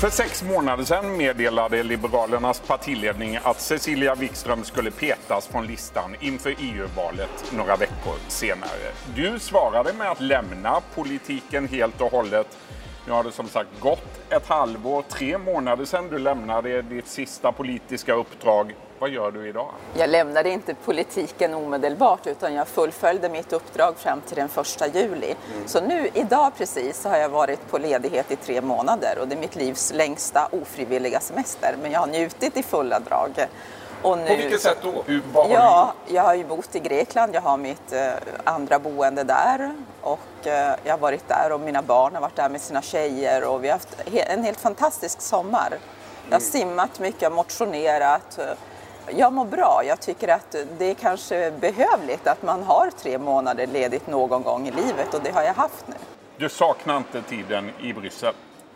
För 6 månader sedan meddelade Liberalernas partiledning att Cecilia Wikström skulle petas från listan inför EU-valet några veckor senare. Du svarade med att lämna politiken helt och hållet. Nu har det som sagt gått ett halvår, 3 månader sedan du lämnade ditt sista politiska uppdrag. Vad gör du idag? Jag lämnade inte politiken omedelbart utan jag fullföljde mitt uppdrag fram till den 1 juli. Så nu, idag precis, så har jag varit på ledighet i 3 månader och det är mitt livs längsta ofrivilliga semester. Men jag har njutit i fulla drag. Och nu, på vilket sätt då? Jag har ju bott i Grekland, jag har mitt andra boende där och jag har varit där och mina barn har varit där med sina tjejer och vi har haft en helt fantastisk sommar. Jag har simmat mycket, jag har motionerat. Jag mår bra. Jag tycker att det är kanske behövligt att man har 3 månader ledigt någon gång i livet och det har jag haft nu. Du saknar inte tiden i Bryssel?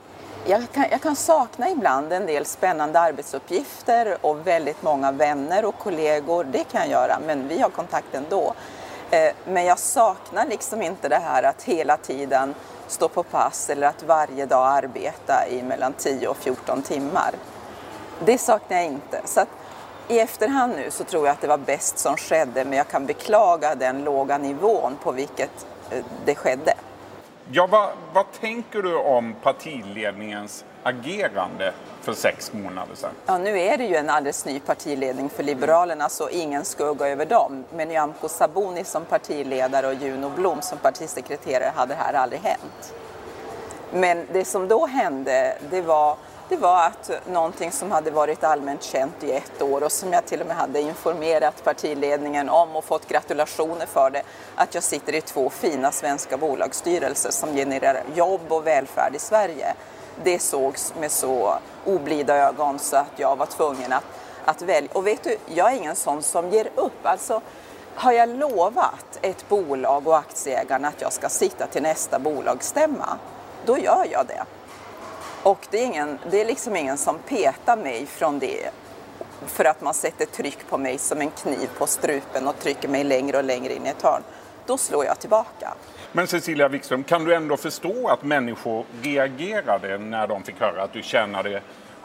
Jag kan sakna ibland en del spännande arbetsuppgifter och väldigt många vänner och kollegor. Det kan jag göra, men vi har kontakt ändå. Men jag saknar liksom inte det här att hela tiden stå på pass eller att varje dag arbeta i mellan 10 och 14 timmar. Det saknar jag inte. Så att i efterhand nu så tror jag att det var bäst som skedde, men jag kan beklaga den låga nivån på vilket det skedde. Ja, vad tänker du om partiledningens agerande för 6 månader sedan? Ja, nu är det ju en alldeles ny partiledning för Liberalerna så ingen skugga över dem. Men Nyamko Sabuni som partiledare och Juno Blom som partisekreterare hade det här aldrig hänt. Men det som då hände, det var att någonting som hade varit allmänt känt i 1 år och som jag till och med hade informerat partiledningen om och fått gratulationer för det, att jag sitter i 2 fina svenska bolagsstyrelser som genererar jobb och välfärd i Sverige. Det sågs med så oblida ögon så att jag var tvungen att välja. Och vet du, jag är ingen sån som ger upp. Alltså, har jag lovat ett bolag och aktieägarna att jag ska sitta till nästa bolagsstämma, då gör jag det. Och det är liksom ingen som petar mig från det för att man sätter tryck på mig som en kniv på strupen och trycker mig längre och längre in i ett hörn. Då slår jag tillbaka. Men Cecilia Wikström, kan du ändå förstå att människor reagerade när de fick höra att du tjänade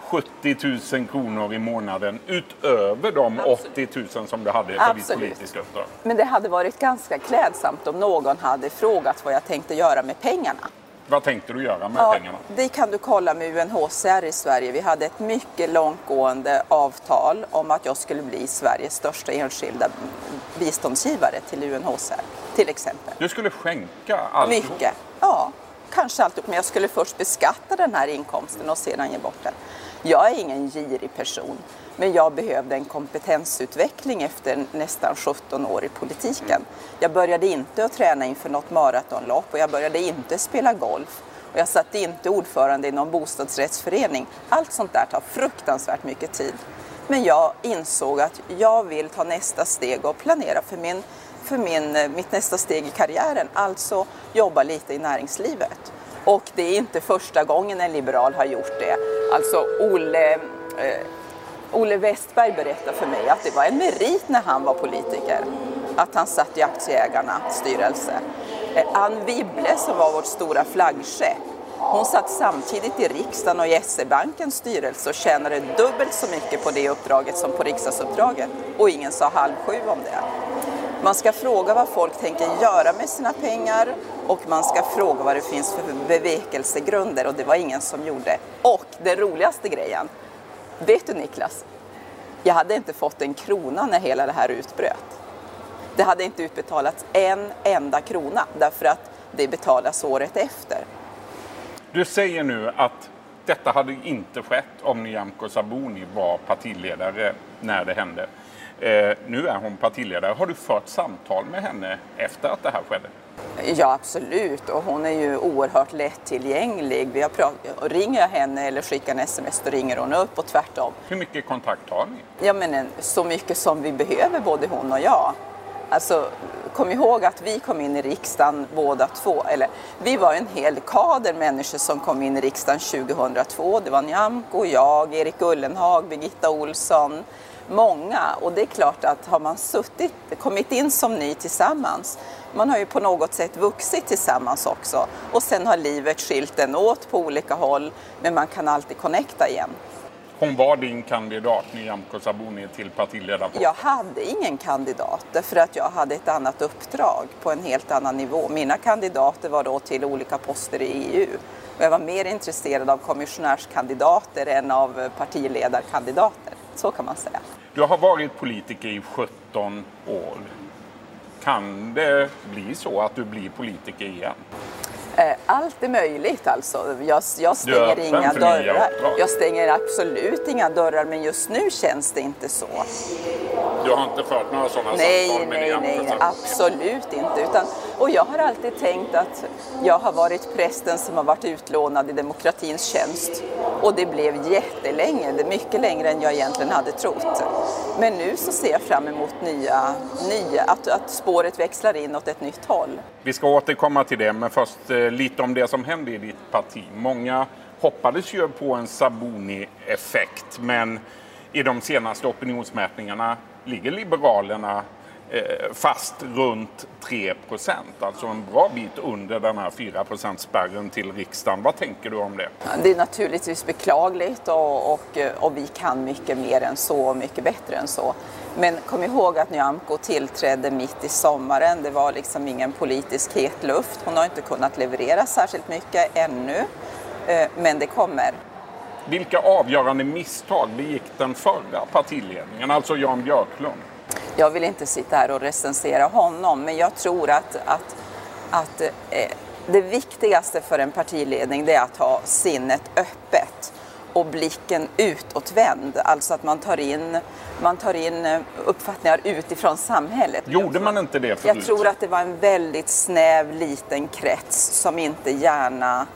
70 000 kronor i månaden utöver de 80 000 som du hade för ditt politiska uppdrag? Men det hade varit ganska klädsamt om någon hade frågat vad jag tänkte göra med pengarna. Vad tänkte du göra med pengarna? Det kan du kolla med UNHCR i Sverige. Vi hade ett mycket långtgående avtal om att jag skulle bli Sveriges största enskilda biståndsgivare till UNHCR, till exempel. Du skulle skänka allt? Mycket, ja. Kanske allt, men jag skulle först beskatta den här inkomsten och sedan ge bort den. Jag är ingen girig person, men jag behövde en kompetensutveckling efter nästan 17 år i politiken. Jag började inte att träna inför något maratonlopp och jag började inte spela golf. Och jag satt inte ordförande i någon bostadsrättsförening. Allt sånt där tar fruktansvärt mycket tid. Men jag insåg att jag vill ta nästa steg och planera för mitt nästa steg i karriären. Alltså jobba lite i näringslivet. Och det är inte första gången en liberal har gjort det. Alltså Olle Westberg berättade för mig att det var en merit när han var politiker. Att han satt i aktieägarnas styrelse. Ann Wibble som var vårt stora flaggskepp. Hon satt samtidigt i riksdagen och i SE-bankens styrelse och tjänade dubbelt så mycket på det uppdraget som på riksdagsuppdraget. Och ingen sa 6:30 om det. Man ska fråga vad folk tänker göra med sina pengar och man ska fråga vad det finns för bevekelsegrunder och det var ingen som gjorde. Och den roligaste grejen, vet du Niklas, jag hade inte fått en krona när hela det här utbröt. Det hade inte utbetalats en enda krona därför att det betalas året efter. Du säger nu att detta hade inte skett om Nyamko Sabuni var partiledare när det hände. Nu är hon partiledare. Har du fört samtal med henne efter att det här skedde? Ja, absolut. Och hon är ju oerhört lättillgänglig. Ringer jag henne eller skickar en sms, då ringer hon upp och tvärtom. Hur mycket kontakt har ni? Ja, men så mycket som vi behöver, både hon och jag. Alltså, kom ihåg att vi kom in i riksdagen båda två. Eller, vi var en hel kader människor som kom in i riksdagen 2002. Det var Nyamko, jag, Erik Ullenhag, Birgitta Olsson. Många, och det är klart att har man kommit in som ny tillsammans, Man har ju på något sätt vuxit tillsammans också. Och sen har livet skilt en åt på olika håll, men man kan alltid connecta igen. Hon var din kandidat, Nyamko Sabuni, till partiledarposten. Jag hade ingen kandidat för att jag hade ett annat uppdrag på en helt annan nivå. Mina kandidater var då till olika poster i EU. Och jag var mer intresserad av kommissionärskandidater än av partiledarkandidater. Så kan man säga. Du har varit politiker i 17 år. Kan det bli så att du blir politiker igen? Allt är möjligt alltså. Jag stänger inga dörrar. Jag stänger absolut inga dörrar, men just nu känns det inte så. Du har inte fört några sådana samtal med Nyamko? Nej, absolut inte. Och jag har alltid tänkt att jag har varit prästen som har varit utlånad i demokratins tjänst. Och det blev jättelänge, det är mycket längre än jag egentligen hade trott. Men nu så ser jag fram emot att spåret växlar in åt ett nytt håll. Vi ska återkomma till det, men först lite om det som hände i ditt parti. Många hoppades ju på en Sabuni-effekt, men i de senaste opinionsmätningarna ligger Liberalerna fast runt 3%. Alltså en bra bit under den här 4%-spärren till riksdagen. Vad tänker du om det? Det är naturligtvis beklagligt och vi kan mycket mer än så och mycket bättre än så. Men kom ihåg att Nyamko tillträdde mitt i sommaren. Det var liksom ingen politisk het luft. Hon har inte kunnat leverera särskilt mycket ännu, men det kommer. Vilka avgörande misstag begick den förra partiledningen, alltså Jan Björklund? Jag vill inte sitta här och recensera honom, men jag tror att det viktigaste för en partiledning det är att ha sinnet öppet och blicken utåtvänd. Alltså att man tar in uppfattningar utifrån samhället. Gjorde man inte det förut? Jag tror att det var en väldigt snäv liten krets som inte gärna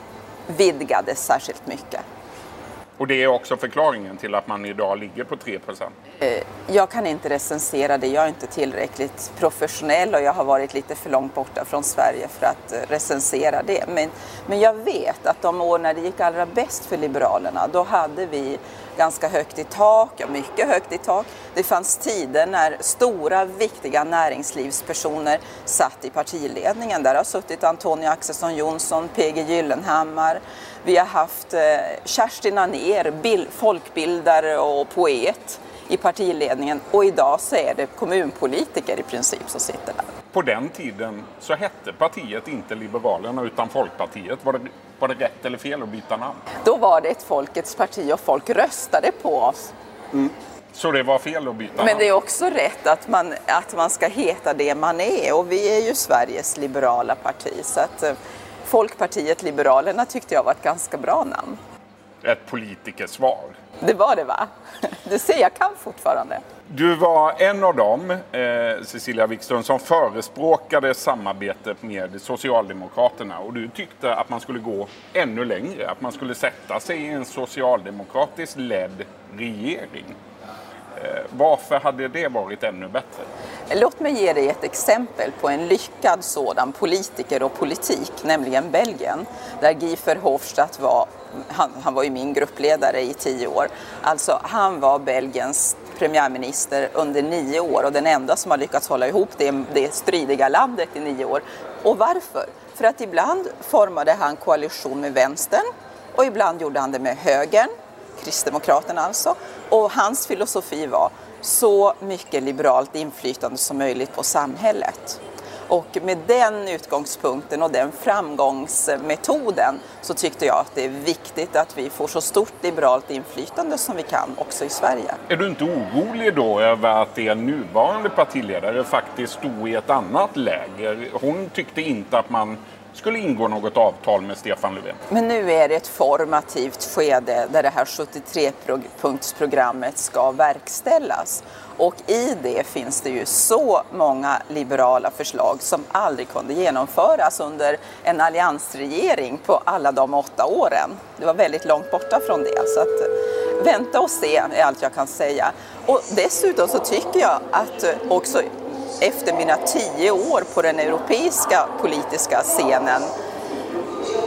vidgades särskilt mycket. Och det är också förklaringen till att man idag ligger på 3%? Jag kan inte recensera det. Jag är inte tillräckligt professionell och jag har varit lite för långt borta från Sverige för att recensera det. Men jag vet att de år när det gick allra bäst för Liberalerna, då hade vi ganska högt i tak, ja mycket högt i tak. Det fanns tider när stora, viktiga näringslivspersoner satt i partiledningen. Där har suttit Antonia Axelsson Johnson, PG Gyllenhammar. Vi har haft Kerstin Anér, folkbildare och poet i partiledningen. Och idag så är det kommunpolitiker i princip som sitter där. På den tiden så hette partiet inte Liberalerna utan Folkpartiet. Var det rätt eller fel att byta namn? Då var det ett folkets parti och folk röstade på oss. Mm. Så det var fel att byta namn? Men det är också rätt att man ska heta det man är. Och vi är ju Sveriges liberala parti. Så att Folkpartiet Liberalerna tyckte jag var ett ganska bra namn. Ett politikersvar. Det var det, va? Det ser jag kan fortfarande. Du var en av dem, Cecilia Wikström, som förespråkade samarbetet med Socialdemokraterna. Och du tyckte att man skulle gå ännu längre. Att man skulle sätta sig i en socialdemokratiskt ledd regering. Varför hade det varit ännu bättre? Låt mig ge dig ett exempel på en lyckad sådan politiker och politik, nämligen Belgien. Där Guy Verhofstadt han var ju min gruppledare i 10 år. Alltså han var Belgiens premiärminister under 9 år och den enda som har lyckats hålla ihop det stridiga landet i 9 år. Och varför? För att ibland formade han koalition med vänstern och ibland gjorde han det med högern, Kristdemokraterna alltså. Och hans filosofi var så mycket liberalt inflytande som möjligt på samhället. Och med den utgångspunkten och den framgångsmetoden så tyckte jag att det är viktigt att vi får så stort liberalt inflytande som vi kan också i Sverige. Är du inte orolig då över att er nuvarande partiledare faktiskt stod i ett annat läger? Hon tyckte inte att man skulle ingå något avtal med Stefan Löfven. Men nu är det ett formativt skede där det här 73-punktsprogrammet ska verkställas. Och i det finns det ju så många liberala förslag som aldrig kunde genomföras under en alliansregering på alla de 8 åren. Det var väldigt långt borta från det. Så att vänta och se är allt jag kan säga. Och dessutom så tycker jag att också efter mina 10 år på den europeiska politiska scenen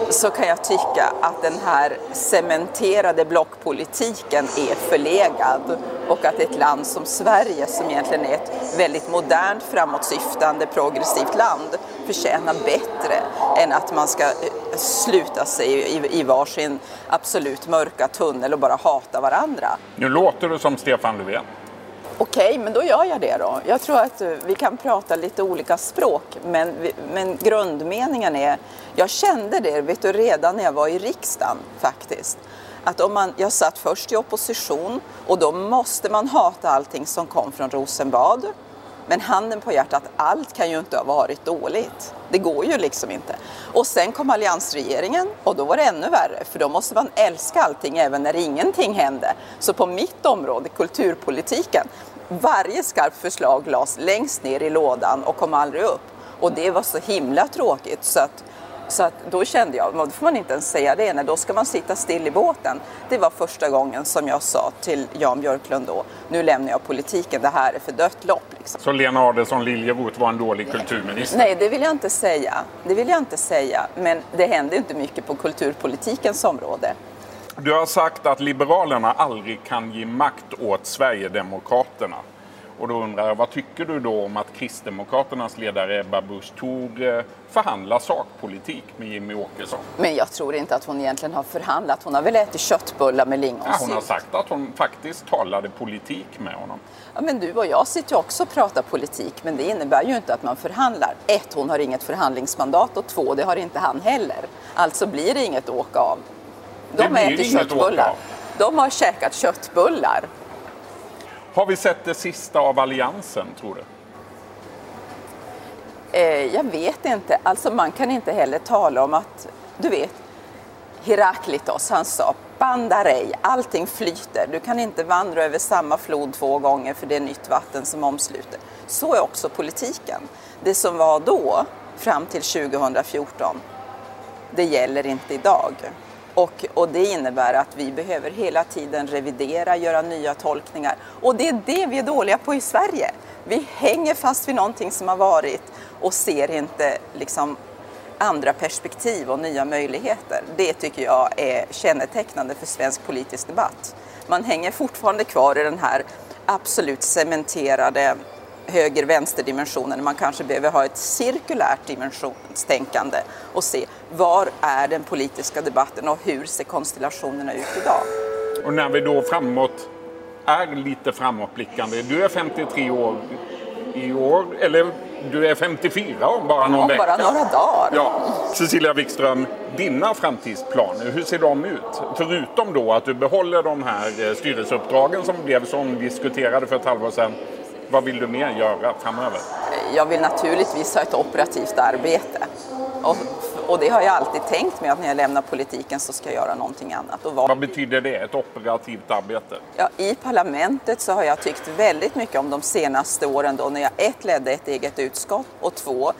så kan jag tycka att den här cementerade blockpolitiken är förlegad och att ett land som Sverige, som egentligen är ett väldigt modernt, framåtsyftande, progressivt land, förtjänar bättre än att man ska sluta sig i varsin absolut mörka tunnel och bara hata varandra. Nu låter du som Stefan Löfven. Okej, men då gör jag det då. Jag tror att vi kan prata lite olika språk, men grundmeningen är, jag kände det redan när jag var i riksdagen faktiskt, att jag satt först i opposition och då måste man hata allting som kom från Rosenbad. Men handen på hjärtat, allt kan ju inte ha varit dåligt. Det går ju liksom inte. Och sen kom alliansregeringen och då var det ännu värre. För då måste man älska allting även när ingenting hände. Så på mitt område, kulturpolitiken, varje skarpt förslag lades längst ner i lådan och kom aldrig upp. Och det var så himla tråkigt så att då kände jag, då får man inte ens säga det, då ska man sitta still i båten. Det var första gången som jag sa till Jan Björklund då, nu lämnar jag politiken, det här är för dött lopp. Liksom. Så Lena Adelsohn Liljeroth var en dålig kulturminister? Nej, det vill jag inte säga. Men det händer inte mycket på kulturpolitikens område. Du har sagt att Liberalerna aldrig kan ge makt åt Sverigedemokraterna. Och då undrar jag, vad tycker du då om att Kristdemokraternas ledare Ebba Busch Thor förhandlar sakpolitik med Jimmie Åkesson? Men jag tror inte att hon egentligen har förhandlat. Hon har väl ätit köttbullar med lingonsylt. Ja, hon har sagt att hon faktiskt talade politik med honom. Ja, men du och jag sitter ju också och pratar politik, men det innebär ju inte att man förhandlar. 1, hon har inget förhandlingsmandat och 2, det har inte han heller. Alltså blir det inget åka av. De äter köttbullar. De har käkat köttbullar. Har vi sett det sista av alliansen, tror du? Jag vet inte. Alltså man kan inte heller tala om att, du vet, Heraklitos, han sa, bandarej, allting flyter. Du kan inte vandra över samma flod 2 gånger för det är nytt vatten som omsluter. Så är också politiken. Det som var då, fram till 2014, det gäller inte idag. Och det innebär att vi behöver hela tiden revidera, göra nya tolkningar. Och det är det vi är dåliga på i Sverige. Vi hänger fast vid någonting som har varit och ser inte liksom andra perspektiv och nya möjligheter. Det tycker jag är kännetecknande för svensk politisk debatt. Man hänger fortfarande kvar i den här absolut cementerade höger-vänster-dimensionen. Man kanske behöver ha ett cirkulärt dimensionstänkande och se var är den politiska debatten och hur ser konstellationerna ut idag. Och när vi då är lite framåtblickande, du är 53 år i år, eller du är 54 om bara någon vecka. Bara några dagar. Ja. Cecilia Wikström, dina framtidsplaner, hur ser de ut? Förutom då att du behåller de här styrelseuppdragen som blev som diskuterade för ett halvår sedan. Vad vill du mer göra framöver? Jag vill naturligtvis ha ett operativt arbete. Och det har jag alltid tänkt mig, att när jag lämnar politiken så ska jag göra någonting annat. Och vad betyder det, ett operativt arbete? Ja, i parlamentet så har jag tyckt väldigt mycket om de senaste åren då när jag 1 ledde ett eget utskott och 2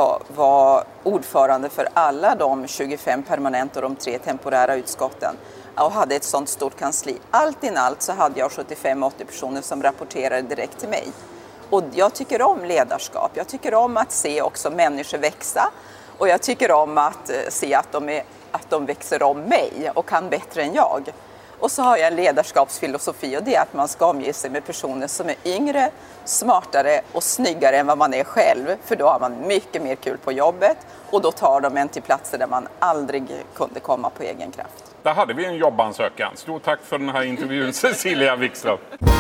var ordförande för alla de 25 permanenta och de 3 temporära utskotten. Och hade ett sånt stort kansli. Allt in allt så hade jag 75-80 personer som rapporterade direkt till mig. Och jag tycker om ledarskap. Jag tycker om att se också människor växa. Och jag tycker om att se att de växer om mig och kan bättre än jag. Och så har jag en ledarskapsfilosofi, och det är att man ska omge sig med personer som är yngre, smartare och snyggare än vad man är själv. För då har man mycket mer kul på jobbet och då tar de en till platser där man aldrig kunde komma på egen kraft. Där hade vi en jobbansökan. Stort tack för den här intervjun, Cecilia Wikström.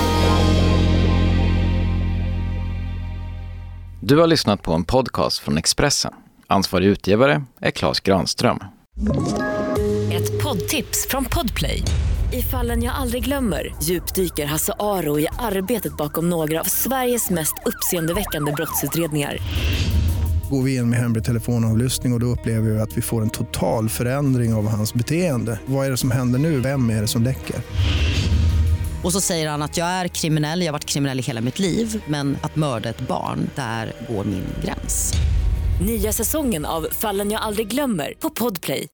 Du har lyssnat på en podcast från Expressen. Ansvarig utgivare är Claes Granström. Ett poddtips från Podplay. I Fallen jag aldrig glömmer djupdyker Hasse Aro i arbetet bakom några av Sveriges mest uppseendeväckande brottsutredningar. Går vi in med hemlig telefonavlyssning och då upplever vi att vi får en total förändring av hans beteende. Vad är det som händer nu? Vem är det som läcker? Och så säger han att jag är kriminell, jag har varit kriminell i hela mitt liv. Men att mörda ett barn, där går min gräns. Nya säsongen av Fallen jag aldrig glömmer på Podplay.